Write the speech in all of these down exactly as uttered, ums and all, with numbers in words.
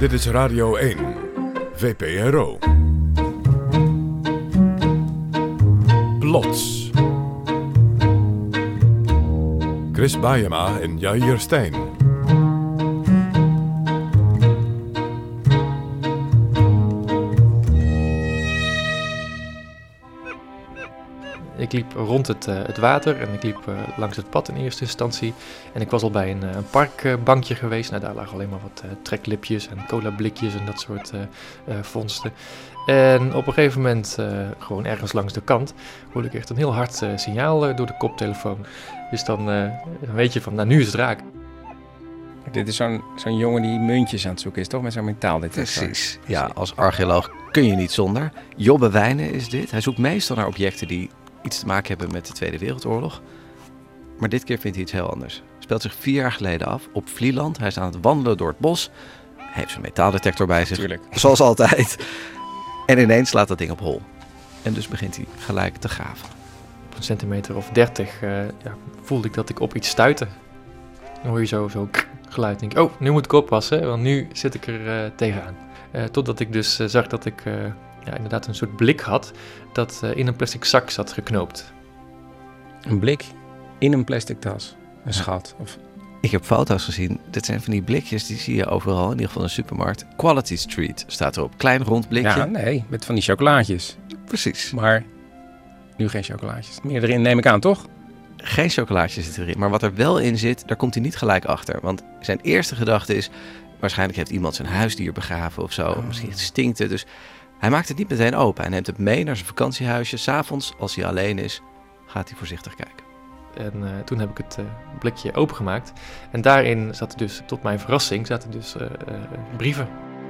Dit is Radio één, V P R O. Plots. Chris Baiema en Jair Stijn. Ik liep rond het, uh, het water en ik liep uh, langs het pad in eerste instantie. En ik was al bij een, uh, een parkbankje uh, geweest. Nou, daar lagen alleen maar wat uh, treklipjes en colablikjes en dat soort uh, uh, vondsten. En op een gegeven moment, uh, gewoon ergens langs de kant, hoorde ik echt een heel hard uh, signaal uh, door de koptelefoon. Dus dan, uh, dan weet je van, nou nu is het raak. Dit is zo'n, zo'n jongen die muntjes aan het zoeken is, toch? Met zo'n metaaldetector. Precies. Ja, als archeoloog kun je niet zonder. Jobbe Wijnen is dit. Hij zoekt meestal naar objecten die iets te maken hebben met de Tweede Wereldoorlog. Maar dit keer vindt hij iets heel anders. Het speelt zich vier jaar geleden af op Vlieland. Hij is aan het wandelen door het bos. Hij heeft zijn metaaldetector bij zich. Tuurlijk. Zoals altijd. En ineens slaat dat ding op hol. En dus begint hij gelijk te graven. Op een centimeter of dertig uh, ja, voelde ik dat ik op iets stuitte. Dan hoor je zo, zo geluid. Denk ik, oh, nu moet ik oppassen, want nu zit ik er uh, tegenaan. Uh, totdat ik dus uh, zag dat ik uh, ja, inderdaad een soort blik had dat uh, in een plastic zak zat geknoopt. Een blik in een plastic tas. Een schat. Of... Ik heb foto's gezien. Dit zijn van die blikjes, die zie je overal, in ieder geval in de supermarkt. Quality Street staat erop. Klein rond blikje. Ja, nee, met van die chocolaatjes. Precies. Maar nu geen chocolaatjes. Meer erin neem ik aan, toch? Geen chocolaatje zit erin. Maar wat er wel in zit, daar komt hij niet gelijk achter. Want zijn eerste gedachte is, waarschijnlijk heeft iemand zijn huisdier begraven of zo. Oh. Misschien stinkt het. Dus hij maakt het niet meteen open. Hij neemt het mee naar zijn vakantiehuisje. 'S Avonds, als hij alleen is, gaat hij voorzichtig kijken. En uh, toen heb ik het uh, blikje opengemaakt. En daarin zaten dus, tot mijn verrassing, zaten dus uh, uh, brieven.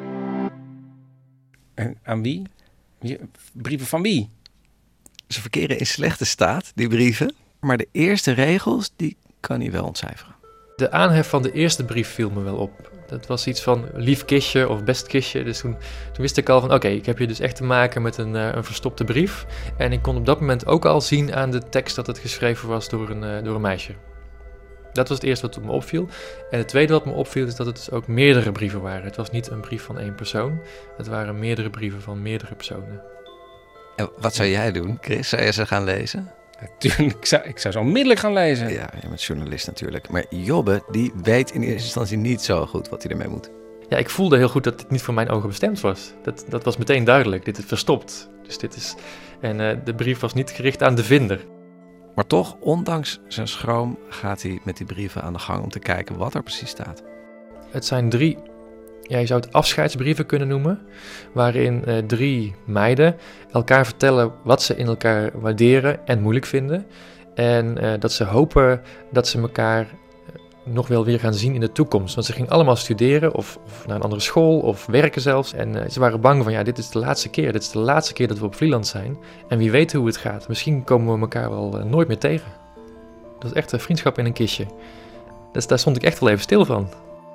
En aan wie? wie? Brieven van wie? Ze verkeren in slechte staat, die brieven. Maar de eerste regels, die kan hij wel ontcijferen. De aanhef van de eerste brief viel me wel op. Dat was iets van lief kistje of best kistje. Dus toen, toen wist ik al van oké, okay, ik heb hier dus echt te maken met een, uh, een verstopte brief. En ik kon op dat moment ook al zien aan de tekst dat het geschreven was door een, uh, door een meisje. Dat was het eerste wat me opviel. En het tweede wat me opviel is dat het dus ook meerdere brieven waren. Het was niet een brief van één persoon. Het waren meerdere brieven van meerdere personen. En wat zou jij doen, Chris? Zou je ze gaan lezen? Natuurlijk, ik zou, ik zou ze onmiddellijk gaan lezen. Ja, je bent journalist natuurlijk. Maar Jobbe, die weet in eerste instantie niet zo goed wat hij ermee moet. Ja, ik voelde heel goed dat dit niet voor mijn ogen bestemd was. Dat, dat was meteen duidelijk. Dit is verstopt. Dus dit is... En uh, de brief was niet gericht aan de vinder. Maar toch, ondanks zijn schroom, gaat hij met die brieven aan de gang om te kijken wat er precies staat. Het zijn drie... Ja, je zou het afscheidsbrieven kunnen noemen, waarin uh, drie meiden elkaar vertellen wat ze in elkaar waarderen en moeilijk vinden. En uh, dat ze hopen dat ze elkaar nog wel weer gaan zien in de toekomst. Want ze gingen allemaal studeren of, of naar een andere school of werken zelfs. En uh, ze waren bang van ja, dit is de laatste keer. Dit is de laatste keer dat we op Vlieland zijn. En wie weet hoe het gaat. Misschien komen we elkaar wel uh, nooit meer tegen. Dat is echt een vriendschap in een kistje. Dus daar stond ik echt wel even stil van.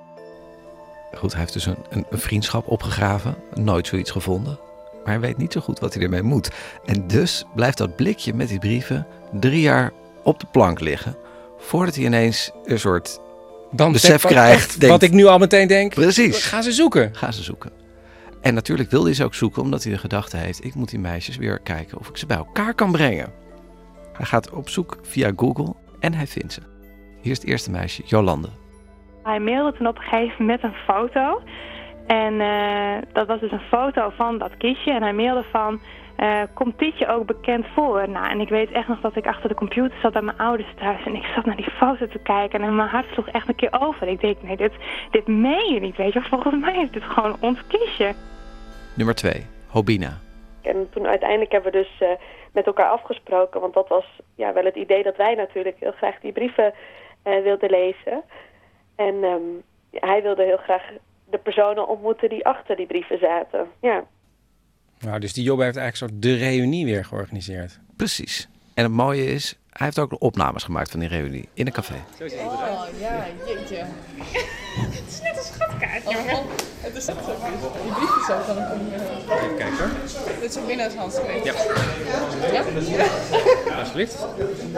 Goed, hij heeft dus een, een, een vriendschap opgegraven, nooit zoiets gevonden. Maar hij weet niet zo goed wat hij ermee moet. En dus blijft dat blikje met die brieven drie jaar op de plank liggen, voordat hij ineens een soort Dan besef wat, krijgt. Echt, denkt, wat ik nu al meteen denk, precies. Ga ze zoeken. Ga ze zoeken. En natuurlijk wil hij ze ook zoeken, omdat hij de gedachte heeft, ik moet die meisjes weer kijken of ik ze bij elkaar kan brengen. Hij gaat op zoek via Google en hij vindt ze. Hier is het eerste meisje, Jolande. Hij mailde toen op een gegeven moment met een foto. En uh, dat was dus een foto van dat kistje. En hij mailde van, uh, komt dit je ook bekend voor? Nou, en ik weet echt nog dat ik achter de computer zat bij mijn ouders thuis. En ik zat naar die foto te kijken. En mijn hart sloeg echt een keer over. Ik denk, nee, dit, dit meen je niet, weet je. Volgens mij is dit gewoon ons kistje. Nummer twee, Hobina. En toen uiteindelijk hebben we dus uh, met elkaar afgesproken. Want dat was ja, wel het idee dat wij natuurlijk heel graag die brieven uh, wilden lezen. En um, hij wilde heel graag de personen ontmoeten die achter die brieven zaten. Ja. Nou, dus die Jobbe heeft eigenlijk een soort de reunie weer georganiseerd. Precies. En het mooie is, hij heeft ook opnames gemaakt van die reunie in een café. Oh, ja, jeetje. Het is net een schatkaart, jongen. Oh, het is echt zo goed. Die briefjes zo van een... Even kijken hoor. Dit is ook binnen als handschrift. Ja. Ja? Ja. Alsjeblieft.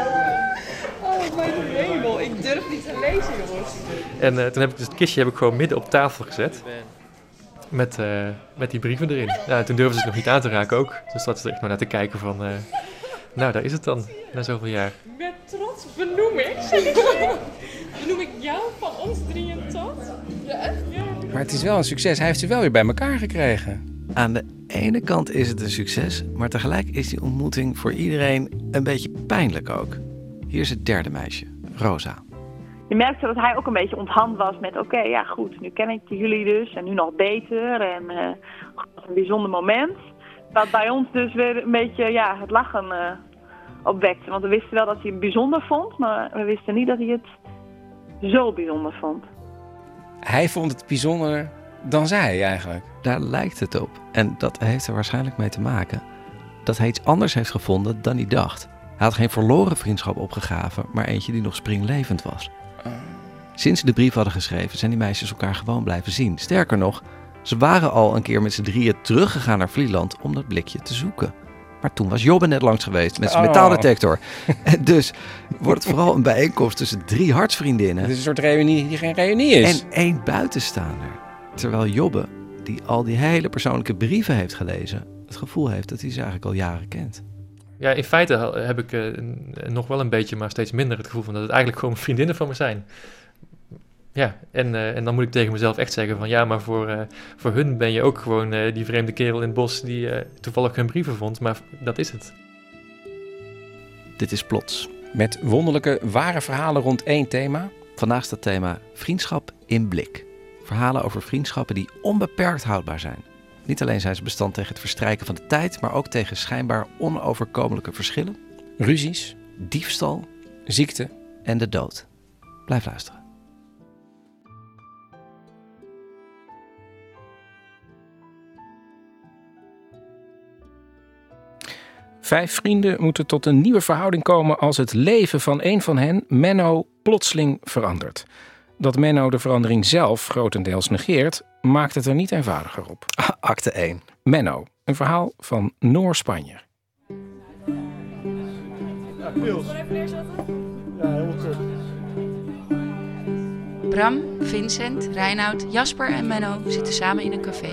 Oh, mijn hemel. Ik durf niet te lezen, jongens. En uh, toen heb ik dus het kistje heb ik gewoon midden op tafel gezet. met, uh, met die brieven erin. Nou, toen durfden ze het nog niet aan te raken ook. Dus dat ze er echt maar naar te kijken van... Uh, nou, daar is het dan, na zoveel jaar. Met trots benoem ik, zeg ik gewoon. Benoem ik jou van ons drieën tot? Ja, echt? Ja. Maar het is wel een succes. Hij heeft ze wel weer bij elkaar gekregen. Aan de ene kant is het een succes, maar tegelijk is die ontmoeting voor iedereen een beetje pijnlijk ook. Hier is het derde meisje, Rosa. Je merkte dat hij ook een beetje onthand was met oké, okay, ja goed, nu ken ik jullie dus en nu nog beter en uh, een bijzonder moment. Dat bij ons dus weer een beetje ja, het lachen uh, opwekte. Want we wisten wel dat hij het bijzonder vond, maar we wisten niet dat hij het zo bijzonder vond. Hij vond het bijzonder dan zij eigenlijk. Daar lijkt het op. En dat heeft er waarschijnlijk mee te maken dat hij iets anders heeft gevonden dan hij dacht. Hij had geen verloren vriendschap opgegraven, maar eentje die nog springlevend was. Sinds ze de brief hadden geschreven zijn die meisjes elkaar gewoon blijven zien. Sterker nog, ze waren al een keer met z'n drieën teruggegaan naar Vlieland om dat blikje te zoeken. Maar toen was Jobbe net langs geweest met zijn oh. metaaldetector. En dus wordt het vooral een bijeenkomst tussen drie hartsvriendinnen. Het is een soort reunie die geen reunie is. En één buitenstaander. Terwijl Jobbe, die al die hele persoonlijke brieven heeft gelezen, het gevoel heeft dat hij ze eigenlijk al jaren kent. Ja, in feite heb ik uh, nog wel een beetje, maar steeds minder het gevoel van dat het eigenlijk gewoon vriendinnen van me zijn. Ja, en, uh, en dan moet ik tegen mezelf echt zeggen van ja, maar voor, uh, voor hun ben je ook gewoon uh, die vreemde kerel in het bos die uh, toevallig hun brieven vond, maar dat is het. Dit is Plots. Met wonderlijke, ware verhalen rond één thema. Vandaag staat thema vriendschap in blik. Verhalen over vriendschappen die onbeperkt houdbaar zijn. Niet alleen zijn ze bestand tegen het verstrijken van de tijd, maar ook tegen schijnbaar onoverkomelijke verschillen. Ruzies, diefstal, ziekte en de dood. Blijf luisteren. Vijf vrienden moeten tot een nieuwe verhouding komen als het leven van een van hen, Menno, plotseling verandert. Dat Menno de verandering zelf grotendeels negeert, maakt het er niet eenvoudiger op. Acte één. Menno, een verhaal van Noor Spanjer. Ja, pils. Ja, helemaal goed. Bram, Vincent, Reinoud, Jasper en Menno zitten samen in een café.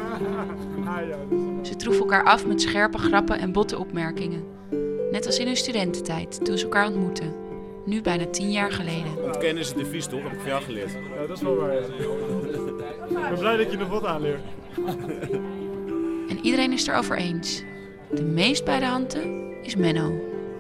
Ze troeven elkaar af met scherpe grappen en botte opmerkingen. Net als in hun studententijd, toen ze elkaar ontmoetten. Nu bijna tien jaar geleden. Ontkennen is het devies, toch? Heb ik van jou geleerd. Ja, dat is wel waar. Ja. Ik ben blij dat je nog wat aanleert. En iedereen is het erover eens. De meest bij de handen is Menno.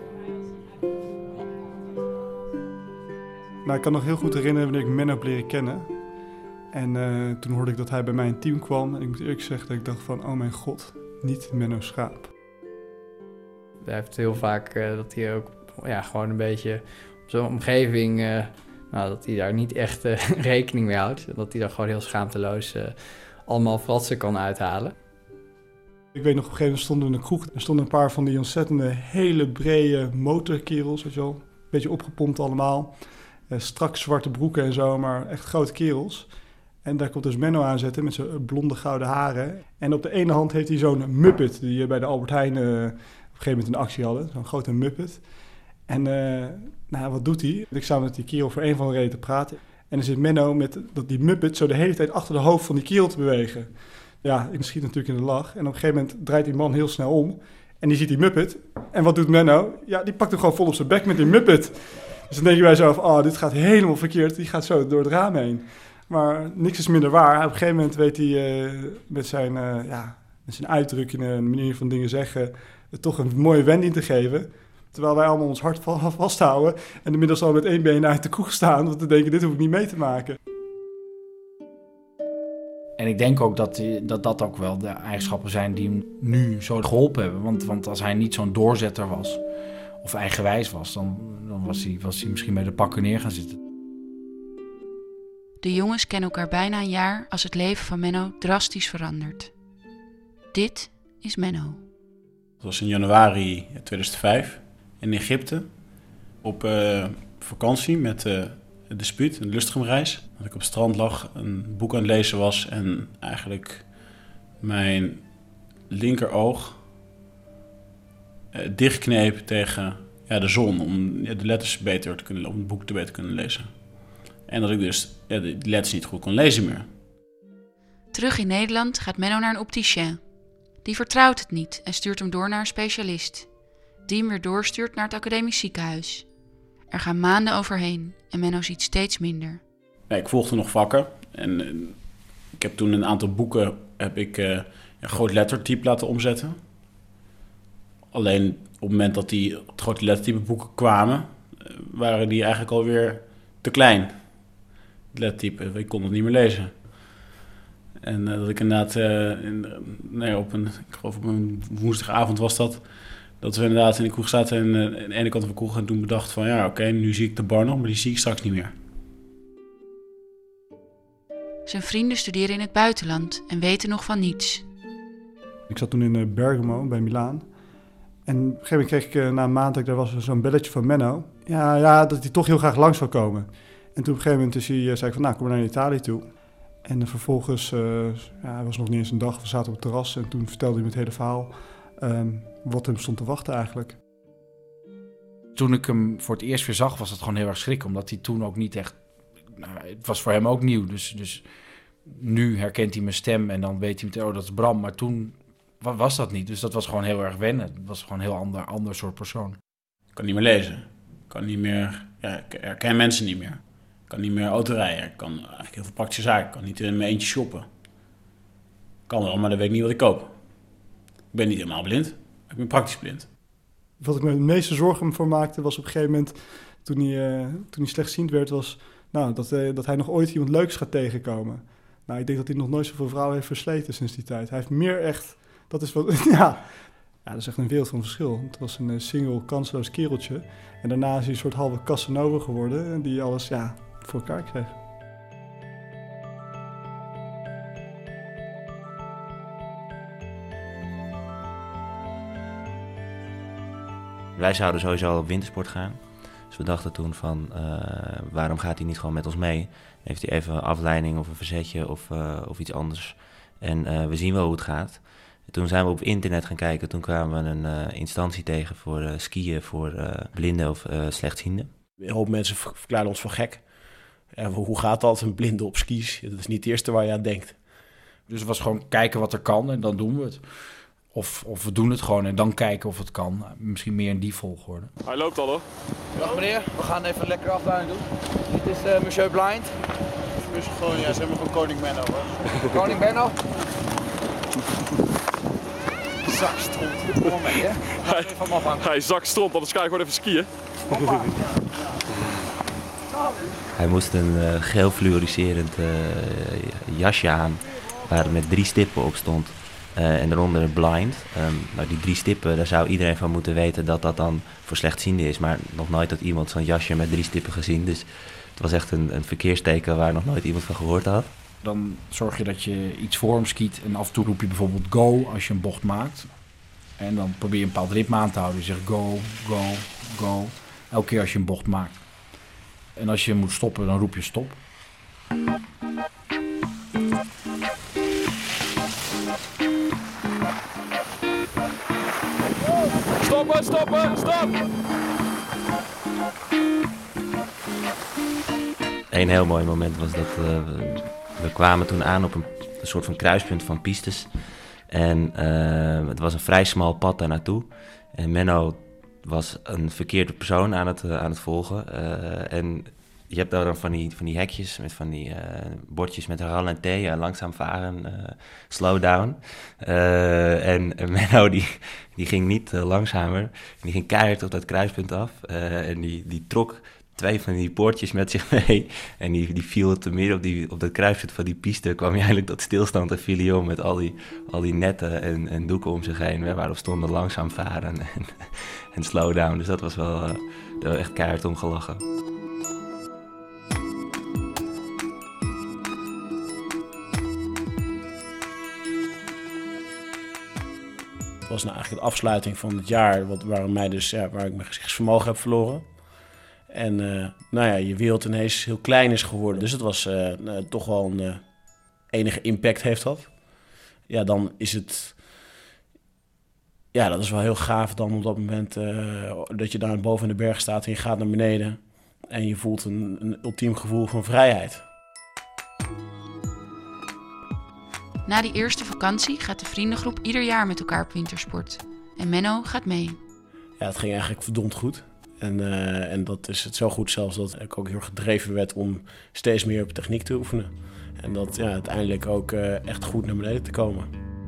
Nou, ik kan nog heel goed herinneren wanneer ik Menno heb leren kennen. En uh, toen hoorde ik dat hij bij mij in het team kwam. En ik moet eerlijk zeggen dat ik dacht van, oh mijn god, niet Menno Schaap. Hij heeft heel vaak uh, dat hij ook ja, gewoon een beetje op zo'n omgeving, uh, nou, dat hij daar niet echt uh, rekening mee houdt. Dat hij daar gewoon heel schaamteloos uh, allemaal fratsen kan uithalen. Ik weet nog, op een gegeven moment stonden we in de kroeg. Er stonden een paar van die ontzettende hele brede motorkerels, weet je wel. Een beetje opgepompt allemaal. Uh, strak zwarte broeken en zo, maar echt grote kerels. En daar komt dus Menno aanzetten met zijn blonde gouden haren. En op de ene hand heeft hij zo'n Muppet die bij de Albert Heijn uh, op een gegeven moment een actie hadden. Zo'n grote Muppet. En uh, nou, wat doet hij? Ik sta met die kerel voor een van de reden te praten. En dan zit Menno met dat die Muppet zo de hele tijd achter de hoofd van die kerel te bewegen. Ja, ik schiet natuurlijk in de lach. En op een gegeven moment draait die man heel snel om. En die ziet die Muppet. En wat doet Menno? Ja, die pakt hem gewoon vol op zijn bek met die Muppet. Dus dan denk je bij jezelf, oh, dit gaat helemaal verkeerd. Die gaat zo door het raam heen. Maar niks is minder waar. Op een gegeven moment weet hij uh, met, zijn, uh, ja, met zijn uitdrukkingen en manier van dingen zeggen toch een mooie wending te geven. Terwijl wij allemaal ons hart vasthouden en inmiddels al met één been uit de kroeg staan. Want we denken, dit hoef ik niet mee te maken. En ik denk ook dat, dat dat ook wel de eigenschappen zijn die hem nu zo geholpen hebben. Want, want als hij niet zo'n doorzetter was of eigenwijs was, dan, dan was, hij, was hij misschien bij de pakken neer gaan zitten. De jongens kennen elkaar bijna een jaar als het leven van Menno drastisch verandert. Dit is Menno. Dat was in januari tweeduizend vijf in Egypte. Op uh, vakantie met uh, de Dispuut, een Lustrumreis. Dat ik op het strand lag, een boek aan het lezen was en eigenlijk mijn linkeroog uh, dichtkneep tegen ja, de zon om ja, de letters beter te kunnen, om het boek te beter kunnen lezen. En dat ik dus ja, de letters niet goed kon lezen meer. Terug in Nederland gaat Menno naar een opticien. Die vertrouwt het niet en stuurt hem door naar een specialist. Die hem weer doorstuurt naar het academisch ziekenhuis. Er gaan maanden overheen en Menno ziet steeds minder. Nee, ik volgde nog vakken en uh, ik heb toen een aantal boeken heb ik, uh, een groot lettertype laten omzetten. Alleen op het moment dat die het grote lettertype boeken kwamen, uh, waren die eigenlijk alweer te klein. Het lettertype, ik kon het niet meer lezen. En uh, dat ik inderdaad, uh, in, nee, op een, ik geloof op een woensdagavond was dat, dat we inderdaad in de kroeg zaten en uh, aan de ene kant van de kroeg en toen bedacht van ja, oké, okay, nu zie ik de bar nog, maar die zie ik straks niet meer. Zijn vrienden studeren in het buitenland en weten nog van niets. Ik zat toen in uh, Bergamo bij Milaan. En op een gegeven moment kreeg ik uh, na een maand, dat ik daar was, zo'n belletje van Menno. Ja, ja, dat hij toch heel graag langs zou komen. En toen op een gegeven moment is hij, uh, zei ik van nou, kom maar naar Italië toe. En uh, vervolgens, uh, ja, hij was nog niet eens een dag, we zaten op het terras en toen vertelde hij me het hele verhaal. Um, wat hem stond te wachten eigenlijk. Toen ik hem voor het eerst weer zag, was het gewoon heel erg schrik. Omdat hij toen ook niet echt... Nou, het was voor hem ook nieuw. Dus, dus nu herkent hij mijn stem en dan weet hij meteen, oh, dat is Bram. Maar toen was dat niet. Dus dat was gewoon heel erg wennen. Het was gewoon een heel ander, ander soort persoon. Ik kan niet meer lezen. Ik kan niet meer... Ja, ik herken mensen niet meer. Ik kan niet meer autorijden. Ik kan eigenlijk heel veel praktische zaken. Ik kan niet in mijn eentje shoppen. Ik kan wel, maar dan weet ik niet wat ik koop. Ik ben niet helemaal blind. Ik ben praktisch blind. Wat ik me het meeste zorgen voor maakte was op een gegeven moment, toen hij, uh, toen hij slechtziend werd, was nou, dat, uh, dat hij nog ooit iemand leuks gaat tegenkomen. Nou, ik denk dat hij nog nooit zoveel vrouwen heeft versleten sinds die tijd. Hij heeft meer echt, dat is wat, ja, ja, dat is echt een wereld van verschil. Het was een uh, single, kansloos kereltje. En daarna is hij een soort halve Casanova geworden, die alles, ja, voor elkaar kreeg. Wij zouden sowieso op wintersport gaan. Dus we dachten toen van, uh, waarom gaat hij niet gewoon met ons mee? Heeft hij even een afleiding of een verzetje of, uh, of iets anders. En uh, we zien wel hoe het gaat. En toen zijn we op internet gaan kijken. Toen kwamen we een uh, instantie tegen voor uh, skiën voor uh, blinden of uh, slechtzienden. Een hoop mensen verklaren ons voor gek. Ja, hoe gaat dat, een blinde op skis? Dat is niet het eerste waar je aan denkt. Dus het was gewoon kijken wat er kan en dan doen we het. Of, of we doen het gewoon en dan kijken of het kan. Misschien meer in die volgorde. Hij loopt al hoor. Dag meneer, we gaan even een lekkere afdaling doen. Dit is uh, Monsieur Blind. Monsieur gewoon, ja, zeg maar van Koning Menno hoor. Koning Menno. Zak stront. Kom maar mee hè. Hij, hij zak stront, anders ga ik gewoon even skiën. Hoppa. Hij moest een uh, geel fluoriserend uh, jasje aan waar met drie stippen op stond. Uh, en daaronder een blind. Um, nou, die drie stippen, daar zou iedereen van moeten weten dat dat dan voor slechtzienden is. Maar nog nooit had iemand zo'n jasje met drie stippen gezien. Dus het was echt een, een verkeersteken waar nog nooit iemand van gehoord had. Dan zorg je dat je iets voor hem skiet. En af en toe roep je bijvoorbeeld go als je een bocht maakt. En dan probeer je een bepaald ritme aan te houden. Je zegt go, go, go. Elke keer als je een bocht maakt. En als je moet stoppen, dan roep je stop. Stoppen, stoppen, stop! Een heel mooi moment was dat uh, we, we kwamen toen aan op een, een soort van kruispunt van pistes. En uh, het was een vrij smal pad daar naartoe. En Menno was een verkeerde persoon aan het, uh, aan het volgen. Uh, en je hebt daar dan van die, van die hekjes met van die uh, bordjes met ralenti, uh, langzaam varen, uh, slow down. Uh, en, en Menno die, die ging niet uh, langzamer, die ging keihard op dat kruispunt af. Uh, en die, die trok twee van die poortjes met zich mee. En die, die viel te midden op, die, op dat kruispunt van die piste, kwam hij eigenlijk tot stilstand en viel hij om met al die, al die netten en, en doeken om zich heen, waarop stonden langzaam varen en, en slow down. Dus dat was wel uh, er echt keihard om gelachen. Het was nou eigenlijk de afsluiting van het jaar wat, waar, mij dus, ja, waar ik mijn gezichtsvermogen heb verloren. En uh, nou ja, je wereld ineens heel klein is geworden. Dus het was uh, uh, toch wel een uh, enige impact heeft dat. Ja, dan is het... Ja, dat is wel heel gaaf dan op dat moment uh, dat je daar boven in de berg staat en je gaat naar beneden. En je voelt een, een ultiem gevoel van vrijheid. Na die eerste vakantie gaat de vriendengroep ieder jaar met elkaar op wintersport. En Menno gaat mee. Ja, het ging eigenlijk verdomd goed. En, uh, en dat is het zo goed zelfs dat ik ook heel gedreven werd om steeds meer op techniek te oefenen. En dat ja, uiteindelijk ook uh, echt goed naar beneden te komen.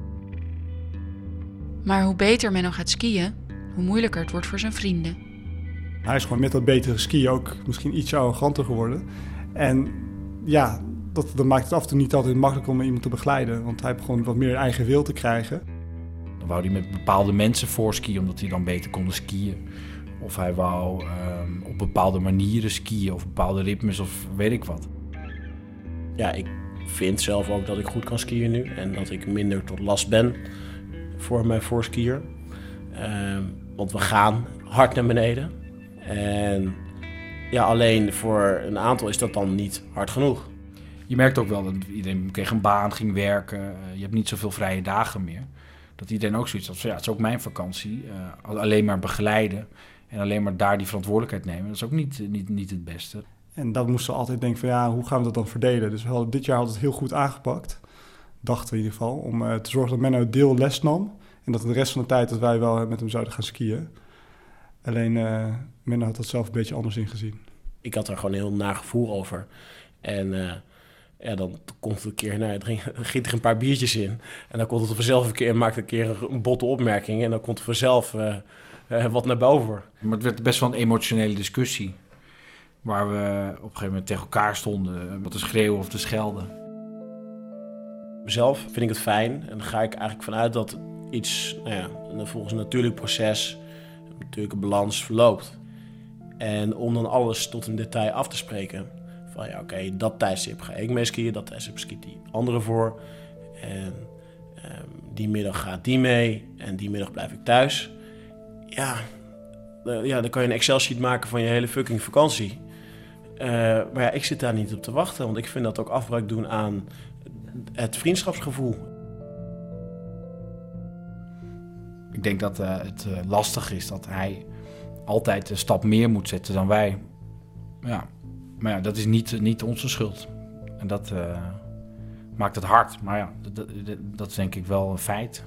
Maar hoe beter Menno gaat skiën, hoe moeilijker het wordt voor zijn vrienden. Hij is gewoon met dat betere skiën ook misschien iets arroganter geworden. En ja, dat, dat maakt het af en toe niet altijd makkelijk om iemand te begeleiden. Want hij begon wat meer eigen wil te krijgen. Dan wou hij met bepaalde mensen voorskiën, omdat hij dan beter konden skiën. Of hij wou um, op bepaalde manieren skiën, of bepaalde ritmes, of weet ik wat. Ja, ik vind zelf ook dat ik goed kan skiën nu. En dat ik minder tot last ben voor mijn voorskier. Um, want we gaan hard naar beneden. En ja, alleen voor een aantal is dat dan niet hard genoeg. Je merkt ook wel dat iedereen kreeg een baan, ging werken. Uh, je hebt niet zoveel vrije dagen meer. Dat iedereen ook zoiets had van, ja, het is ook mijn vakantie. Uh, alleen maar begeleiden en alleen maar daar die verantwoordelijkheid nemen. Dat is ook niet, niet, niet het beste. En dat moesten we altijd denken van, ja, hoe gaan we dat dan verdelen? Dus we hadden, dit jaar hadden we het heel goed aangepakt. Dachten we in ieder geval. Om uh, te zorgen dat Menno deel les nam. En dat de rest van de tijd dat wij wel met hem zouden gaan skiën. Alleen uh, Menno had dat zelf een beetje anders ingezien. Ik had er gewoon een heel naar gevoel over. En uh, ja, dan komt het een keer, nou, er giet er een paar biertjes in. En dan komt het vanzelf een keer, maakt een keer een botte opmerking. En dan komt er vanzelf uh, uh, wat naar boven. Maar het werd best wel een emotionele discussie. Waar we op een gegeven moment tegen elkaar stonden. Wat te schreeuwen of te schelden. Zelf vind ik het fijn. En dan ga ik eigenlijk vanuit dat iets, nou ja, volgens een natuurlijk proces, een natuurlijke balans verloopt. En om dan alles tot een detail af te spreken. Van ja, oké, okay, dat tijdstip ga ik mee skiën, dat tijdstip skiet die andere voor. En um, die middag gaat die mee en die middag blijf ik thuis. Ja, uh, ja, dan kan je een Excel-sheet maken van je hele fucking vakantie. Uh, maar ja, ik zit daar niet op te wachten, want ik vind dat ook afbreuk doen aan het vriendschapsgevoel. Ik denk dat uh, het uh, lastig is dat hij altijd een stap meer moet zetten dan wij. Ja, maar ja, dat is niet, niet onze schuld. En dat uh, maakt het hard. Maar ja, dat, dat, dat is denk ik wel een feit.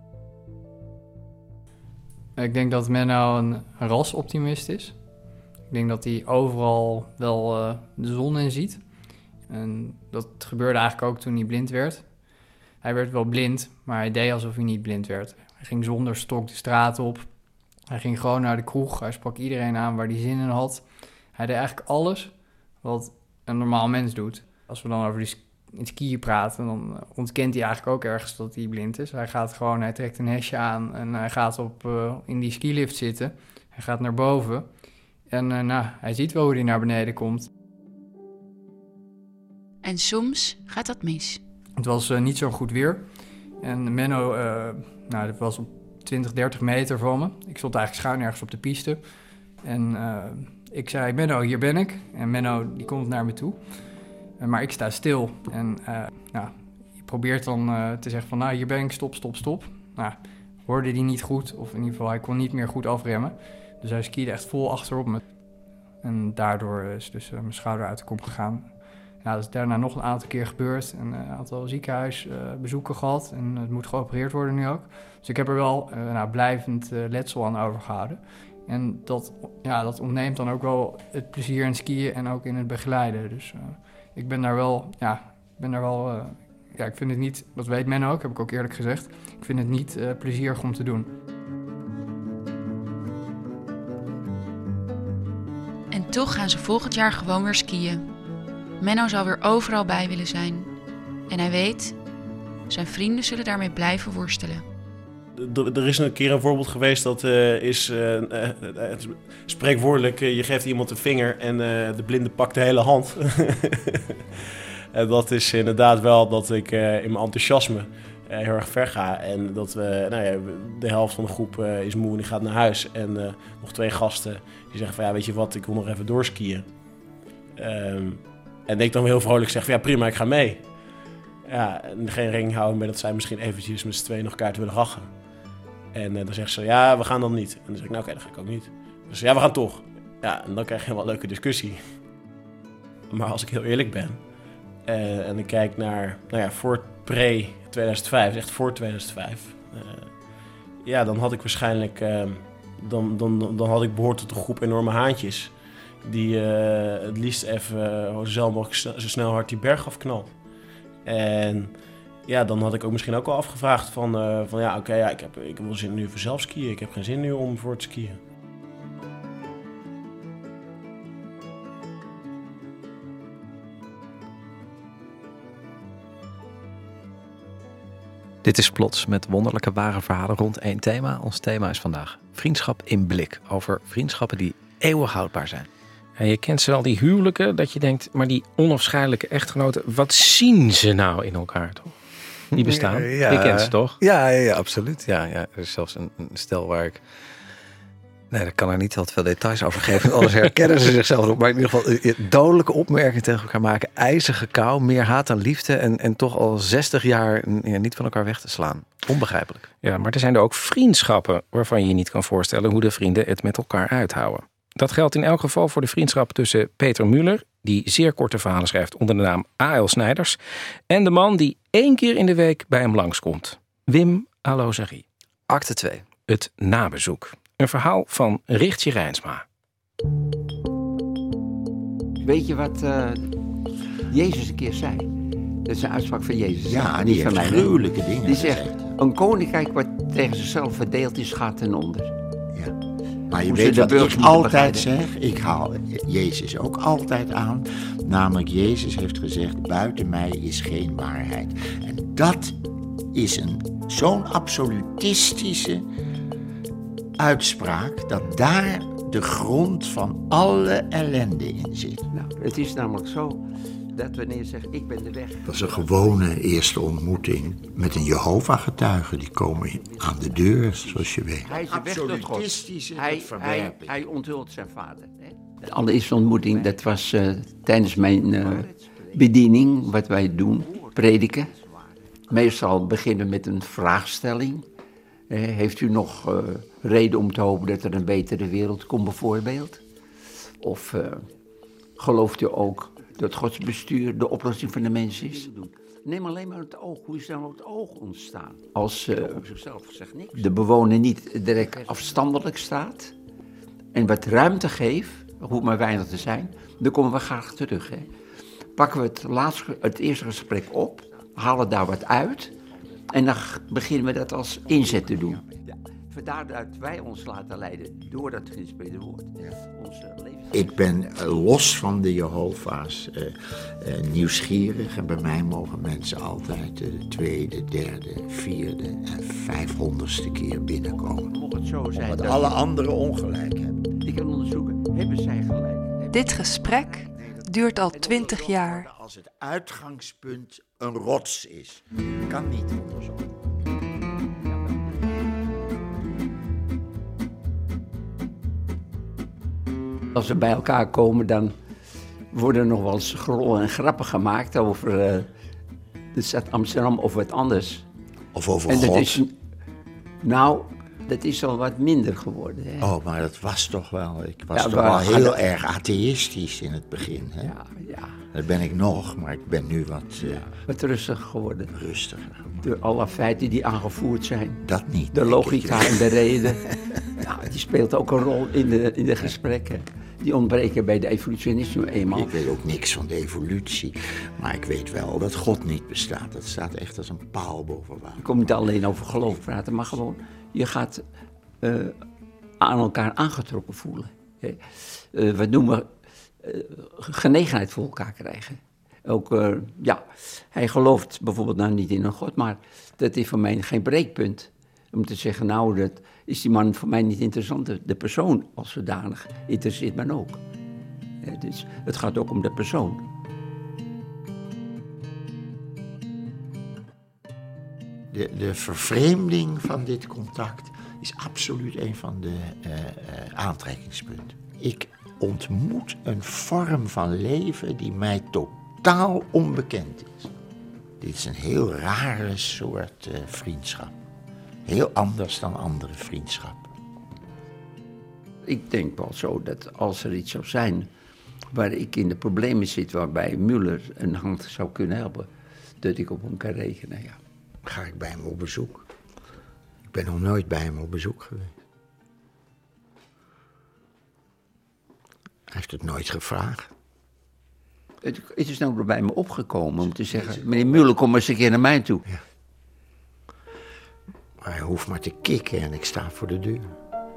Ik denk dat Menno een rasoptimist is. Ik denk dat hij overal wel uh, de zon in ziet. En dat gebeurde eigenlijk ook toen hij blind werd. Hij werd wel blind, maar hij deed alsof hij niet blind werd. Hij ging zonder stok de straat op. Hij ging gewoon naar de kroeg. Hij sprak iedereen aan waar hij zin in had. Hij deed eigenlijk alles wat een normaal mens doet. Als we dan over die in skiën praten, dan ontkent hij eigenlijk ook ergens dat hij blind is. Hij gaat gewoon, hij trekt een hesje aan en hij gaat op, uh, in die skilift zitten. Hij gaat naar boven en uh, nou, hij ziet wel hoe hij naar beneden komt. En soms gaat dat mis. Het was uh, niet zo goed weer. En Menno, uh, nou, dat was op twintig, dertig meter van me. Ik stond eigenlijk schuin ergens op de piste. En uh, ik zei, Menno, hier ben ik. En Menno, die komt naar me toe. Uh, maar ik sta stil. En uh, nou, je probeert dan uh, te zeggen van, nou, hier ben ik, stop, stop, stop. Nou, hoorde die niet goed. Of in ieder geval, hij kon niet meer goed afremmen. Dus hij skiede echt vol achterop me. En daardoor is dus uh, mijn schouder uit de kom gegaan. Ja, dat is daarna nog een aantal keer gebeurd. En een aantal ziekenhuisbezoeken uh, gehad. En het moet geopereerd worden nu ook. Dus ik heb er wel uh, nou, blijvend uh, letsel aan overgehouden. En dat, ja, dat ontneemt dan ook wel het plezier in skiën en ook in het begeleiden. Dus uh, ik ben daar wel, ja, ik ben daar wel, uh, ja, ik vind het niet, dat weet men ook, heb ik ook eerlijk gezegd. Ik vind het niet uh, plezierig om te doen. En toch gaan ze volgend jaar gewoon weer skiën. Menno zal weer overal bij willen zijn. En hij weet, zijn vrienden zullen daarmee blijven worstelen. Er is een keer een voorbeeld geweest dat uh, is uh, uh, uh, spreekwoordelijk, uh, je geeft iemand een vinger en uh, de blinde pakt de hele hand. En dat is inderdaad wel dat ik uh, in mijn enthousiasme uh, heel erg ver ga. En dat we, nou ja, de helft van de groep uh, is moe en die gaat naar huis. En uh, nog twee gasten die zeggen van ja, weet je wat, ik wil nog even doorskiën. Um, en ik dan heel vrolijk zeg van ja, prima, ik ga mee. Ja, en geen rekening houden met dat zij misschien eventjes met z'n tweeën nog kaarten willen lachen. En uh, dan zegt ze, ja, we gaan dan niet. En dan zeg ik, nou oké, okay, dan ga ik ook niet. Dus ja, we gaan toch. Ja, en dan krijg je een wel leuke discussie. Maar als ik heel eerlijk ben... Uh, en ik kijk naar, nou ja, voor het pre tweeduizend vijf, echt voor tweeduizend vijf. Uh, ja, dan had ik waarschijnlijk... Uh, dan, dan, dan had ik behoord tot een groep enorme haantjes... die uh, het liefst even uh, zo snel mogelijk zo snel hard die berg afknalt. En ja, dan had ik ook misschien ook al afgevraagd van... Uh, van ja, oké, okay, ja, ik, heb, ik heb wel zin nu voor zelf skiën. Ik heb geen zin nu om voor te skiën. Dit is Plots met wonderlijke ware verhalen rond één thema. Ons thema is vandaag vriendschap in blik. Over vriendschappen die eeuwig houdbaar zijn. En je kent ze al, die huwelijken, dat je denkt... maar die onafscheidelijke echtgenoten, wat zien ze nou in elkaar, toch? Die bestaan. Ja, je kent ze toch? Ja, ja, ja absoluut. Ja, ja. Er is zelfs een, een stel waar ik... Nee, daar kan er niet al te veel details over geven. Anders herkennen ze zichzelf op. Maar in ieder geval dodelijke opmerkingen tegen elkaar maken. IJzige kou, meer haat dan liefde. En, en toch al zestig jaar ja, niet van elkaar weg te slaan. Onbegrijpelijk. Ja, maar er zijn er ook vriendschappen waarvan je je niet kan voorstellen hoe de vrienden het met elkaar uithouden. Dat geldt in elk geval voor de vriendschap tussen Peter Muller, die zeer korte verhalen schrijft onder de naam A L Snijders, en de man die één keer in de week bij hem langskomt. Wim Alozari. Acte twee. Het nabezoek. Een verhaal van Richtje Rijnsma. Weet je wat uh, Jezus een keer zei? Dat is een uitspraak van Jezus. Ja, die heeft gruwelijke dingen. Die zegt, een koninkrijk wat tegen zichzelf verdeeld is, gaat ten onder. Ja. Maar je weet wat ik altijd zeg, ik haal Jezus ook altijd aan. Namelijk, Jezus heeft gezegd, buiten mij is geen waarheid. En dat is een, zo'n absolutistische uitspraak, dat daar de grond van alle ellende in zit. Nou, het is namelijk zo dat wanneer je zegt, ik ben de weg... Dat is een gewone eerste ontmoeting met een Jehovah-getuige. Die komen aan de deur, zoals je weet. Hij is de weg tot God. Hij, hij, hij onthult zijn vader. De allereerste ontmoeting, dat was uh, tijdens mijn uh, bediening, wat wij doen, prediken. Meestal beginnen we met een vraagstelling. Uh, heeft u nog uh, reden om te hopen dat er een betere wereld komt, bijvoorbeeld? Of uh, gelooft u ook dat Gods bestuur de oplossing van de mens is? Neem alleen maar het oog. Hoe is dan het oog ontstaan? Als uh, de bewoner niet direct afstandelijk staat en wat ruimte geeft, hoeft maar weinig te zijn, dan komen we graag terug. Hè? Pakken we het, laatste, het eerste gesprek op, halen daar wat uit en dan beginnen we dat als inzet te doen. Ja. Vandaar dat wij ons laten leiden door dat geïnspireerde woord. Ja. Onze levens... Ik ben uh, los van de Jehovah's uh, uh, nieuwsgierig. En bij mij mogen mensen altijd de tweede, derde, vierde en vijfhonderdste keer binnenkomen. Mocht het zo zijn dat alle anderen ongelijk hebben. Ik kan onderzoeken, hebben zij gelijk? Hebben... Dit gesprek duurt al twintig jaar. Als het uitgangspunt een rots is, kan niet onderzoeken. Als we bij elkaar komen, dan worden er nog wel eens grollen en grappen gemaakt over uh, de stad Amsterdam of wat anders. Of over en dat God. Is, nou, dat is al wat minder geworden. Hè? Oh, maar dat was toch wel... Ik was ja, toch wel heel hadden... erg atheïstisch in het begin. Hè? Ja, ja. Dat ben ik nog, maar ik ben nu wat... Uh, wat rustiger geworden. Rustiger geworden. Door alle feiten die aangevoerd zijn. Dat niet. De logica en de reden. Ja, die speelt ook een rol in de, in de gesprekken. Die ontbreken bij de evolutionisten eenmaal. Ik weet ook niks van de evolutie. Maar ik weet wel dat God niet bestaat. Dat staat echt als een paal boven water. Je komt niet alleen over geloof praten, maar gewoon... Je gaat uh, aan elkaar aangetrokken voelen. Hè? Uh, wat noemen we uh, genegenheid voor elkaar krijgen. Ook, uh, ja, hij gelooft bijvoorbeeld nou niet in een God, maar dat is voor mij geen breekpunt. Om te zeggen, nou, dat is die man voor mij niet interessant. De, de persoon als zodanig interesseert me ook. Ja, dus het gaat ook om de persoon. De, de vervreemding van dit contact is absoluut een van de uh, uh, aantrekkingspunten. Ik ontmoet een vorm van leven die mij totaal onbekend is. Dit is een heel rare soort uh, vriendschap. Heel anders dan andere vriendschappen. Ik denk wel zo dat als er iets zou zijn waar ik in de problemen zit, waarbij Muller een hand zou kunnen helpen, dat ik op hem kan rekenen, ja. ga ik bij hem op bezoek. Ik ben nog nooit bij hem op bezoek geweest. Hij heeft het nooit gevraagd. Het, het is nou bij me opgekomen om te zeggen... meneer Müller, kom eens een keer naar mij toe. Ja. Maar hij hoeft maar te kikken en ik sta voor de deur.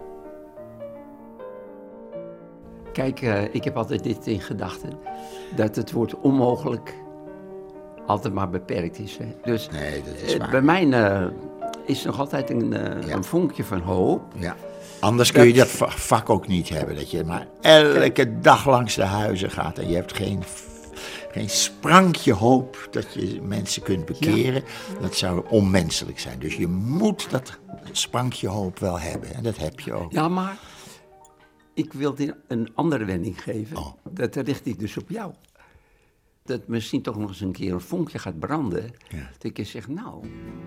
Kijk, uh, ik heb altijd dit in gedachten. Dat het woord onmogelijk altijd maar beperkt is. Hè. Dus nee, dat is waar. Uh, bij mij uh, is nog altijd een, uh, ja. een vonkje van hoop. Ja. Anders kun je dat vak ook niet hebben. Dat je maar elke dag langs de huizen gaat en je hebt geen... Geen sprankje hoop dat je mensen kunt bekeren. Ja. Dat zou onmenselijk zijn. Dus je moet dat sprankje hoop wel hebben. En dat heb je ook. Ja, maar ik wil dit een andere wending geven. Oh. Dat richt ik dus op jou. Dat misschien toch nog eens een keer een vonkje gaat branden. Ja. Dat je zegt, nou...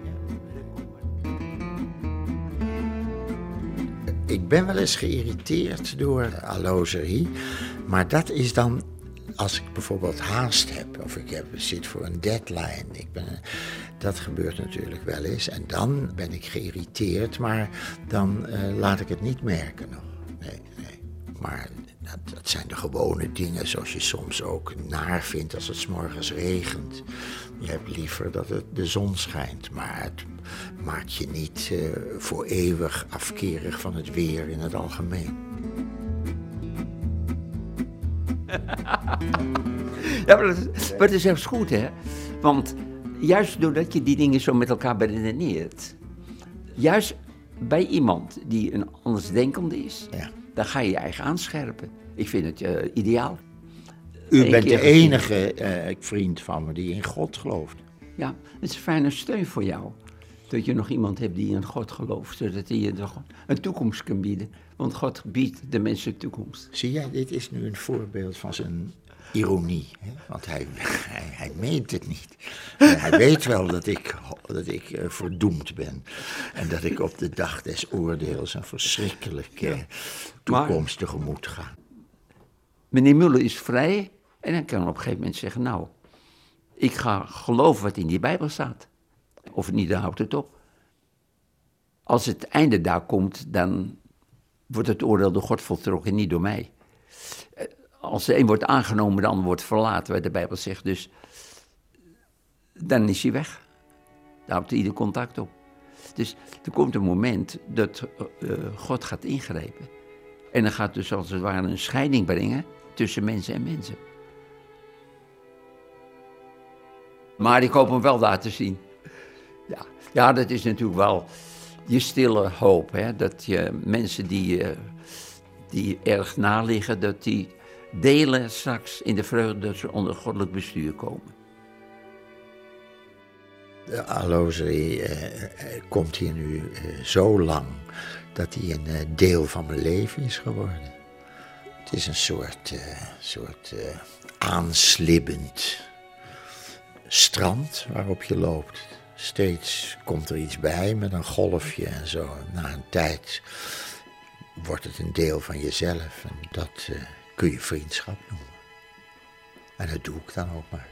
Ik ben wel eens geïrriteerd door allozerie. Maar dat is dan... Als ik bijvoorbeeld haast heb, of ik heb, zit voor een deadline, ik ben, dat gebeurt natuurlijk wel eens. En dan ben ik geïrriteerd, maar dan uh, laat ik het niet merken nog. Nee, nee. Maar dat, dat zijn de gewone dingen, zoals je soms ook naar vindt als het 's morgens regent. Je hebt liever dat het de zon schijnt, maar het maakt je niet uh, voor eeuwig afkerig van het weer in het algemeen. Ja, maar dat, maar dat is juist goed, hè? Want juist doordat je die dingen zo met elkaar beredeneert... juist bij iemand die een andersdenkende is... Ja. dan ga je je eigen aanscherpen. Ik vind het uh, ideaal. U Eén bent de enige uh, vriend van me die in God gelooft. Ja, het is een fijne steun voor jou. Dat je nog iemand hebt die in God gelooft. Zodat hij je nog een toekomst kan bieden. Want God biedt de mensen een toekomst. Zie jij, dit is nu een voorbeeld van zijn ironie. Hè? Want hij, hij, hij meent het niet. En hij weet wel dat ik, dat ik uh, verdoemd ben. En dat ik op de dag des oordeels een verschrikkelijke ja. toekomst maar, tegemoet ga. Meneer Müller is vrij. En hij kan op een gegeven moment zeggen... nou, ik ga geloven wat in die Bijbel staat. Of niet, dan houdt het op. Als het einde daar komt, dan wordt het oordeel door God voltrokken, niet door mij. Als de een wordt aangenomen, de ander wordt verlaten, wat de Bijbel zegt. Dus dan is hij weg. Daar houdt ieder contact op. Dus er komt een moment dat uh, God gaat ingrijpen. En dan gaat dus als het ware een scheiding brengen tussen mensen en mensen. Maar ik hoop hem wel daar te zien. Ja, ja, dat is natuurlijk wel je stille hoop. Hè? Dat je mensen die, uh, die erg naliggen, dat die delen straks in de vreugde dat ze onder goddelijk bestuur komen. De allozerie uh, komt hier nu uh, zo lang dat hij een uh, deel van mijn leven is geworden. Het is een soort, uh, soort uh, aanslibbend strand waarop je loopt. Steeds komt er iets bij met een golfje en zo. Na een tijd wordt het een deel van jezelf. En dat uh, kun je vriendschap noemen. En dat doe ik dan ook maar.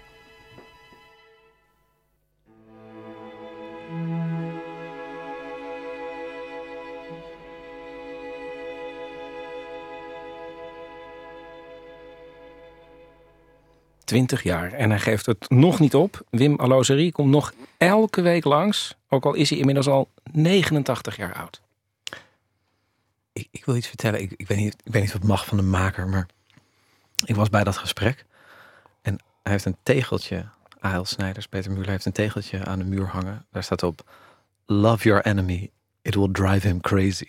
twintig jaar en hij geeft het nog niet op. Wim Allozerie komt nog elke week langs. Ook al is hij inmiddels al negenentachtig jaar oud. Ik, ik wil iets vertellen. Ik, ik, weet niet, ik weet niet wat mag van de maker, maar ik was bij dat gesprek. En hij heeft een tegeltje, A L Snijders, Peter Müller heeft een tegeltje aan de muur hangen. Daar staat op: Love your enemy, it will drive him crazy.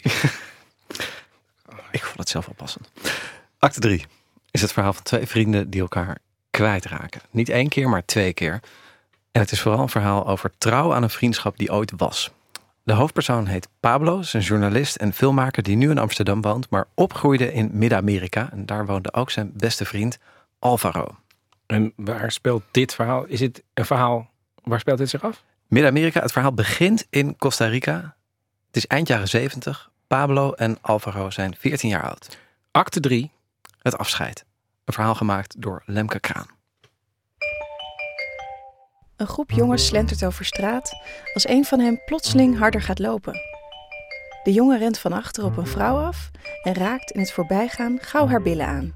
Ik vond het zelf wel passend. Acte drie is het verhaal van twee vrienden die elkaar kwijtraken. Niet één keer, maar twee keer. En het is vooral een verhaal over trouw aan een vriendschap die ooit was. De hoofdpersoon heet Pablo, is een journalist en filmmaker die nu in Amsterdam woont, maar opgroeide in Midden-Amerika. En daar woonde ook zijn beste vriend Alvaro. En waar speelt dit verhaal? Is het een verhaal, waar speelt dit zich af? Midden-Amerika, het verhaal begint in Costa Rica. Het is eind jaren zeventig. Pablo en Alvaro zijn veertien jaar oud. Acte drie. Het afscheid. Een verhaal gemaakt door Lemke Kraan. Een groep jongens slentert over straat als een van hen plotseling harder gaat lopen. De jongen rent van achter op een vrouw af en raakt in het voorbijgaan gauw haar billen aan.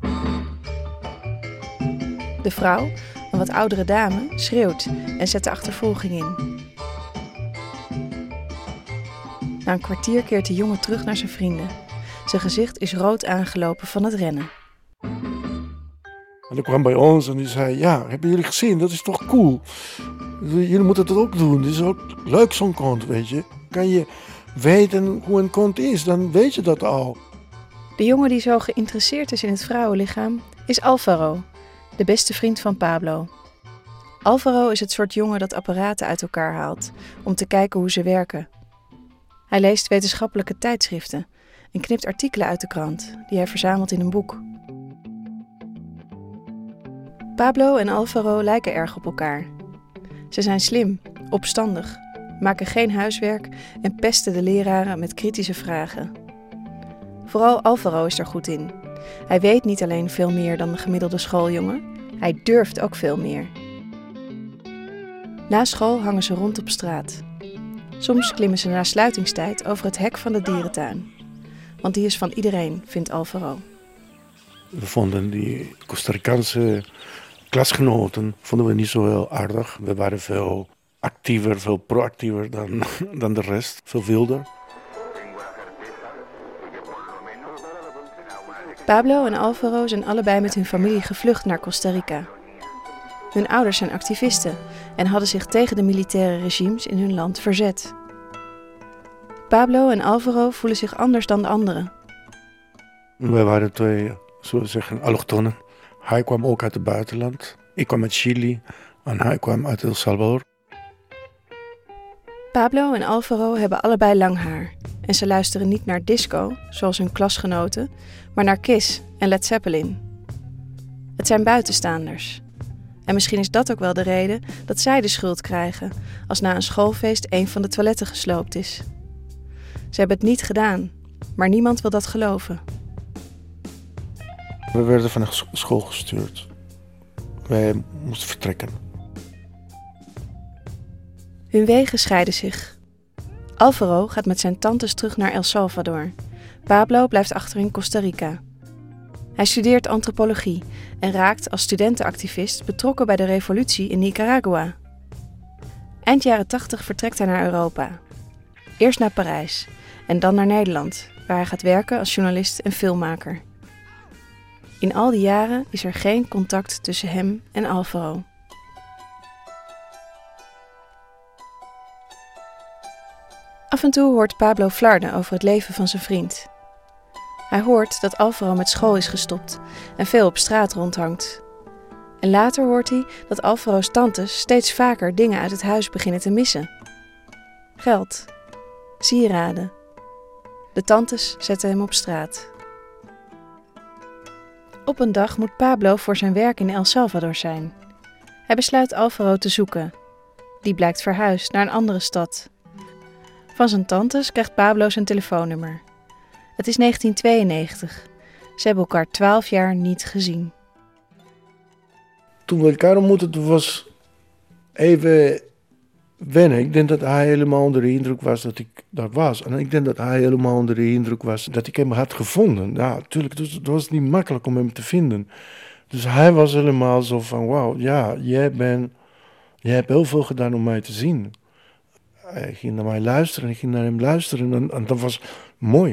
De vrouw, een wat oudere dame, schreeuwt en zet de achtervolging in. Na een kwartier keert de jongen terug naar zijn vrienden. Zijn gezicht is rood aangelopen van het rennen. En hij kwam bij ons en die zei, ja, hebben jullie gezien? Dat is toch cool? Jullie moeten dat ook doen. Dit is ook leuk, zo'n kont, weet je. Kan je weten hoe een kont is, dan weet je dat al. De jongen die zo geïnteresseerd is in het vrouwenlichaam is Alvaro, de beste vriend van Pablo. Alvaro is het soort jongen dat apparaten uit elkaar haalt om te kijken hoe ze werken. Hij leest wetenschappelijke tijdschriften en knipt artikelen uit de krant die hij verzamelt in een boek. Pablo en Alvaro lijken erg op elkaar. Ze zijn slim, opstandig, maken geen huiswerk en pesten de leraren met kritische vragen. Vooral Alvaro is er goed in. Hij weet niet alleen veel meer dan de gemiddelde schooljongen, hij durft ook veel meer. Na school hangen ze rond op straat. Soms klimmen ze na sluitingstijd over het hek van de dierentuin. Want die is van iedereen, vindt Alvaro. We vonden die Costa Ricaanse klasgenoten vonden we niet zo heel aardig. We waren veel actiever, veel proactiever dan, dan de rest. Veel wilder. Pablo en Alvaro zijn allebei met hun familie gevlucht naar Costa Rica. Hun ouders zijn activisten en hadden zich tegen de militaire regimes in hun land verzet. Pablo en Alvaro voelen zich anders dan de anderen. Wij waren twee, zullen we zeggen, allochtonen. Hij kwam ook uit het buitenland. Ik kwam uit Chili en hij kwam uit El Salvador. Pablo en Alvaro hebben allebei lang haar. En ze luisteren niet naar disco, zoals hun klasgenoten, maar naar Kiss en Led Zeppelin. Het zijn buitenstaanders. En misschien is dat ook wel de reden dat zij de schuld krijgen als na een schoolfeest een van de toiletten gesloopt is. Ze hebben het niet gedaan, maar niemand wil dat geloven. We werden van de school gestuurd. Wij moesten vertrekken. Hun wegen scheiden zich. Alvaro gaat met zijn tantes terug naar El Salvador. Pablo blijft achter in Costa Rica. Hij studeert antropologie en raakt als studentenactivist betrokken bij de revolutie in Nicaragua. Eind jaren tachtig vertrekt hij naar Europa. Eerst naar Parijs en dan naar Nederland, waar hij gaat werken als journalist en filmmaker. In al die jaren is er geen contact tussen hem en Alvaro. Af en toe hoort Pablo flarden over het leven van zijn vriend. Hij hoort dat Alvaro met school is gestopt en veel op straat rondhangt. En later hoort hij dat Alvaro's tantes steeds vaker dingen uit het huis beginnen te missen. Geld, sieraden. De tantes zetten hem op straat. Op een dag moet Pablo voor zijn werk in El Salvador zijn. Hij besluit Alvaro te zoeken. Die blijkt verhuisd naar een andere stad. Van zijn tantes krijgt Pablo zijn telefoonnummer. Het is negentien tweeënnegentig. Ze hebben elkaar twaalf jaar niet gezien. Toen we elkaar ontmoetten, toen was even wennen. Ik denk dat hij helemaal onder de indruk was dat ik daar was. En ik denk dat hij helemaal onder de indruk was dat ik hem had gevonden. Ja, natuurlijk, het was niet makkelijk om hem te vinden. Dus hij was helemaal zo van, wauw, ja, jij, bent, jij hebt heel veel gedaan om mij te zien. Hij ging naar mij luisteren, ik ging naar hem luisteren en, en dat was mooi.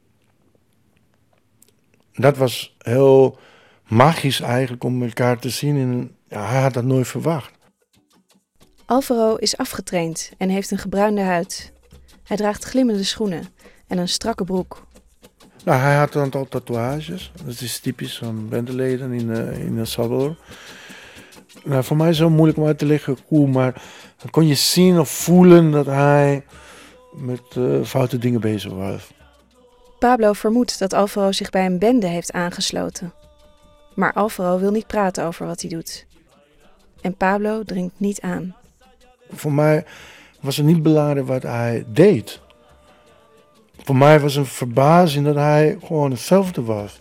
Dat was heel magisch eigenlijk om elkaar te zien en ja, hij had dat nooit verwacht. Alvaro is afgetraind en heeft een gebruinde huid. Hij draagt glimmende schoenen en een strakke broek. Nou, hij had een aantal tatoeages. Dat is typisch van bendeleden in, uh, in El Salvador. Nou, voor mij is het zo moeilijk om uit te leggen hoe, maar dan kon je zien of voelen dat hij met uh, foute dingen bezig was. Pablo vermoedt dat Alvaro zich bij een bende heeft aangesloten. Maar Alvaro wil niet praten over wat hij doet. En Pablo dringt niet aan. Voor mij was het niet belangrijk wat hij deed. Voor mij was een verbazing dat hij gewoon hetzelfde was.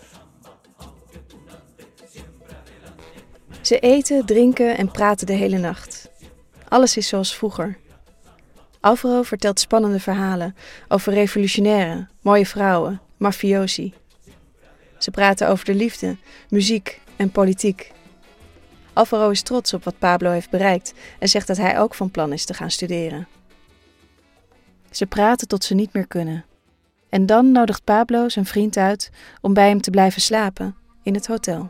Ze eten, drinken en praten de hele nacht. Alles is zoals vroeger. Alvaro vertelt spannende verhalen over revolutionairen, mooie vrouwen, mafiosi. Ze praten over de liefde, muziek en politiek. Alvaro is trots op wat Pablo heeft bereikt en zegt dat hij ook van plan is te gaan studeren. Ze praten tot ze niet meer kunnen. En dan nodigt Pablo zijn vriend uit om bij hem te blijven slapen in het hotel.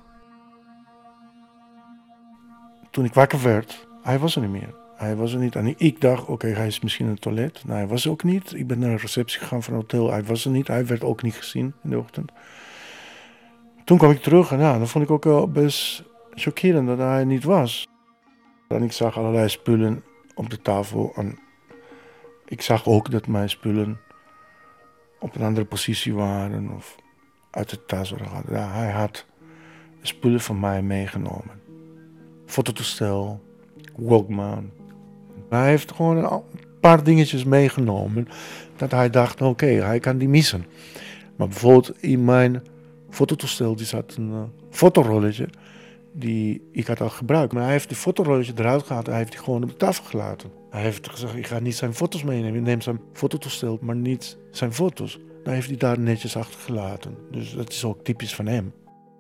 Toen ik wakker werd, hij was er niet meer. Hij was er niet. En ik dacht, oké, okay, hij is misschien in het toilet. Nou, hij was er ook niet. Ik ben naar de receptie gegaan van het hotel. Hij was er niet. Hij werd ook niet gezien in de ochtend. Toen kwam ik terug en ja, dan vond ik ook wel best chockerend dat hij niet was. En ik zag allerlei spullen op de tafel. En ik zag ook dat mijn spullen op een andere positie waren of uit de tas waren gehad. Ja, hij had spullen van mij meegenomen. Fototoestel, Walkman. Hij heeft gewoon een paar dingetjes meegenomen dat hij dacht, oké, okay, hij kan die missen. Maar bijvoorbeeld in mijn fototoestel die zat een uh, fotorolletje die ik had al gebruikt. Maar hij heeft die fotorolletje eruit gehaald en hij heeft die gewoon op de tafel gelaten. Hij heeft gezegd, ik ga niet zijn foto's meenemen. Ik neem zijn fototoestel, maar niet zijn foto's. Dan heeft hij daar netjes achtergelaten. Dus dat is ook typisch van hem.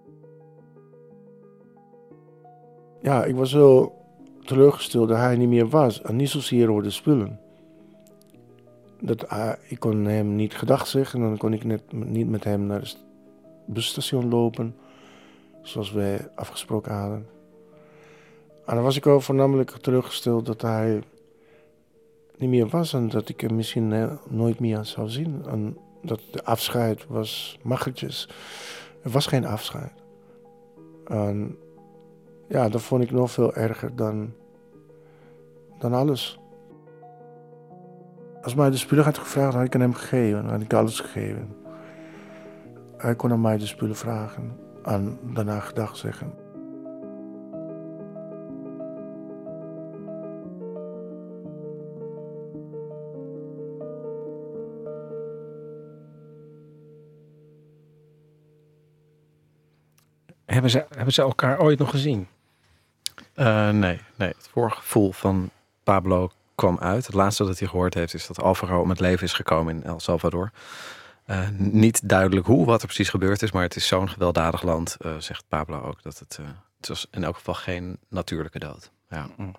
Ja, ik was wel teleurgesteld dat hij niet meer was. En niet zozeer over de spullen. Dat, uh, ik kon hem niet gedag zeggen. En dan kon ik net, niet met hem naar het busstation lopen. Zoals wij afgesproken hadden. En dan was ik wel voornamelijk teleurgesteld dat hij niet meer was. En dat ik hem misschien uh, nooit meer zou zien. En dat de afscheid was magertjes. Er was geen afscheid. En ja, dat vond ik nog veel erger dan, dan alles. Als mij de spullen had gevraagd, had ik aan hem gegeven. Dan had ik alles gegeven. Hij kon aan mij de spullen vragen. En daarna gedag zeggen. Hebben ze, hebben ze elkaar ooit nog gezien? Uh, nee, nee, het voorgevoel van Pablo kwam uit. Het laatste dat hij gehoord heeft is dat Alvaro om het leven is gekomen in El Salvador. Uh, niet duidelijk hoe, wat er precies gebeurd is, maar het is zo'n gewelddadig land, uh, zegt Pablo ook, dat het, uh, het was in elk geval geen natuurlijke dood. Ja. Mm.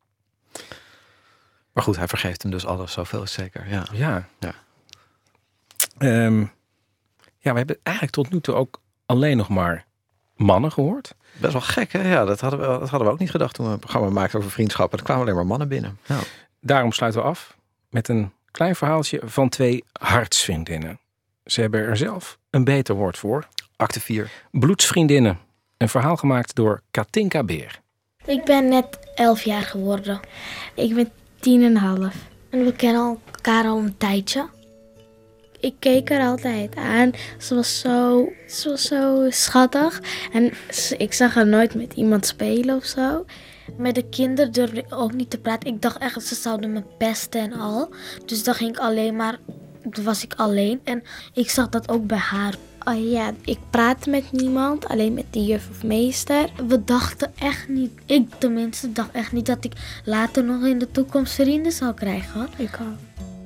Maar goed, hij vergeeft hem dus alles, zoveel is zeker. Ja. Ja. Ja. Um, ja, we hebben eigenlijk tot nu toe ook alleen nog maar mannen gehoord. Best wel gek, hè? Ja, dat hadden we, dat hadden we ook niet gedacht toen we een programma maakten over vriendschappen. Er kwamen alleen maar mannen binnen. Ja. Daarom sluiten we af met een klein verhaaltje van twee hartsvriendinnen. Ze hebben er zelf een beter woord voor. Acte vier. Bloedsvriendinnen. Een verhaal gemaakt door Katinka Beer. Ik ben net elf jaar geworden. Ik ben tien en een half. En we kennen elkaar al een tijdje. Ik keek er altijd aan. Ze was zo, ze was zo schattig. En ik zag haar nooit met iemand spelen of zo. Met de kinderen durfde ik ook niet te praten. Ik dacht echt dat ze zouden me pesten en al. Dus dan ging ik alleen maar... Toen was ik alleen. En ik zag dat ook bij haar. Oh ja, ik praatte met niemand. Alleen met de juf of meester. We dachten echt niet... Ik tenminste dacht echt niet dat ik later nog in de toekomst vrienden zou krijgen. Ik ook.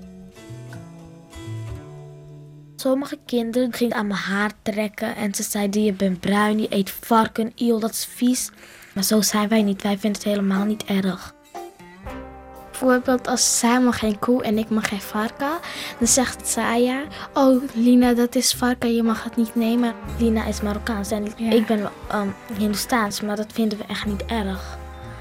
Sommige kinderen gingen aan mijn haar trekken. En ze zeiden, je bent bruin, je eet varken, eeuw, dat is vies. Maar zo zijn wij niet. Wij vinden het helemaal niet erg. Bijvoorbeeld als zij mag geen koe en ik mag geen varken. Dan zegt Saya, oh Lina, dat is varken, je mag het niet nemen. Lina is Marokkaans en ja. Ik ben um, Hindoestaans, maar dat vinden we echt niet erg.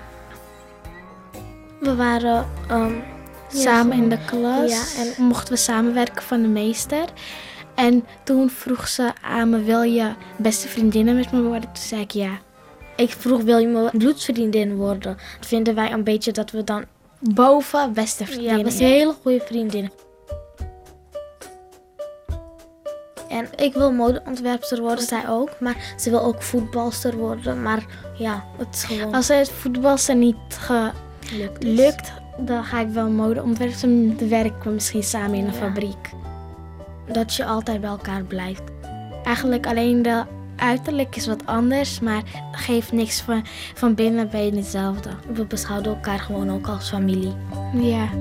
We waren um, ja, samen in de klas ja, en mochten we samenwerken van de meester. En toen vroeg ze aan me, wil je beste vriendinnen met me worden? Toen zei ik ja. Ik vroeg, wil je mijn bloedvriendin worden? Dat vinden wij een beetje dat we dan boven beste vriendinnen. Ja, we zijn hele goede vriendinnen. En ik wil modeontwerpster worden, zij ook. Maar ze wil ook voetbalster worden. Maar ja, het is gewoon... Als het voetbalster niet gelukt lukt, dan ga ik wel modeontwerpster. Dan werken we misschien samen in een ja. fabriek. Dat je altijd bij elkaar blijft. Eigenlijk alleen de Uiterlijk is wat anders, maar geeft niks van, van binnen ben je hetzelfde. We beschouwen elkaar gewoon ook als familie. Ja.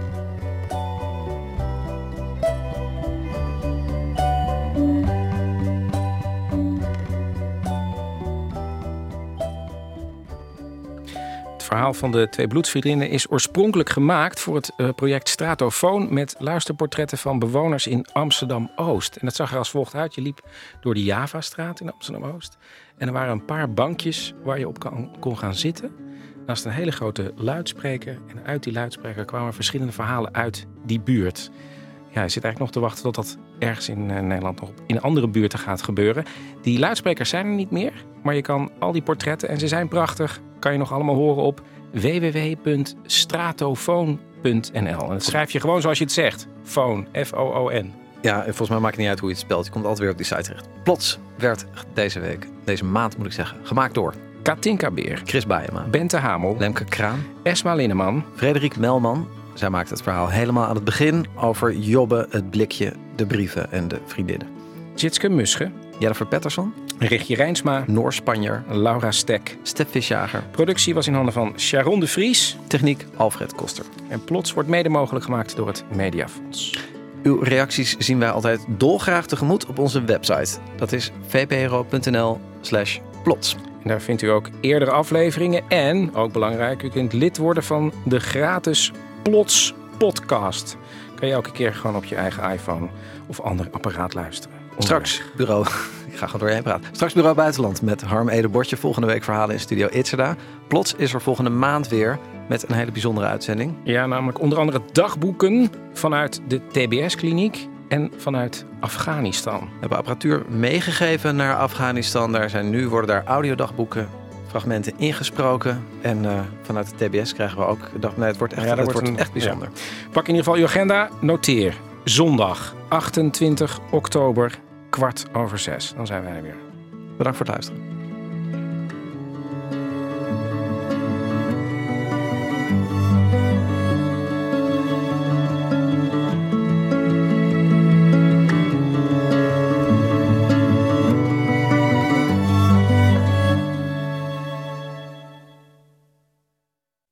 Het verhaal van de twee bloedsvriendinnen is oorspronkelijk gemaakt voor het uh, project Stratofoon met luisterportretten van bewoners in Amsterdam-Oost. En dat zag er als volgt uit. Je liep door de Javastraat in Amsterdam-Oost. En er waren een paar bankjes waar je op kan, kon gaan zitten. Naast een hele grote luidspreker. En uit die luidspreker kwamen verschillende verhalen uit die buurt. Ja, je zit eigenlijk nog te wachten tot dat ergens in uh, Nederland nog in andere buurten gaat gebeuren. Die luidsprekers zijn er niet meer, maar je kan al die portretten, en ze zijn prachtig, kan je nog allemaal horen op w w w punt stratofoon punt n l. En dat schrijf je gewoon zoals je het zegt. Phone, F O O N. Ja, en volgens mij maakt het niet uit hoe je het spelt. Je komt altijd weer op die site terecht. Plots werd deze week, deze maand moet ik zeggen, gemaakt door Katinka Beer, Chris Baaema, Bente Hamel, Lemke Kraan, Esma Linneman, Frederik Melman. Zij maakt het verhaal helemaal aan het begin over Jobbe, het blikje, de brieven en de vriendinnen. Jitske Musche, Jennifer Patterson, Richtje Rijnsma, Noor Spanjer, Laura Stek, Stef Visjager. Productie was in handen van Sharon de Vries. Techniek Alfred Koster. En Plots wordt mede mogelijk gemaakt door het Mediafonds. Uw reacties zien wij altijd dolgraag tegemoet op onze website. Dat is v p r o punt n l slash plots. En daar vindt u ook eerdere afleveringen en, ook belangrijk, u kunt lid worden van de gratis Plots podcast. Kan je elke keer gewoon op je eigen iPhone of ander apparaat luisteren. Straks bureau, ik ga gewoon doorheen praten. Straks Bureau Buitenland met Harm Edebordje. Volgende week verhalen in Studio Itzerda. Plots is er volgende maand weer met een hele bijzondere uitzending. Ja, namelijk onder andere dagboeken vanuit de T B S-kliniek en vanuit Afghanistan. We hebben apparatuur meegegeven naar Afghanistan. Daar zijn nu worden daar audiodagboeken, fragmenten ingesproken. En uh, vanuit de T B S krijgen we ook dag. Nee, het wordt echt, ja, het wordt wordt een, echt bijzonder. Ja. Pak in ieder geval uw agenda. Noteer. Zondag achtentwintig oktober, kwart over zes. Dan zijn wij er weer. Bedankt voor het luisteren.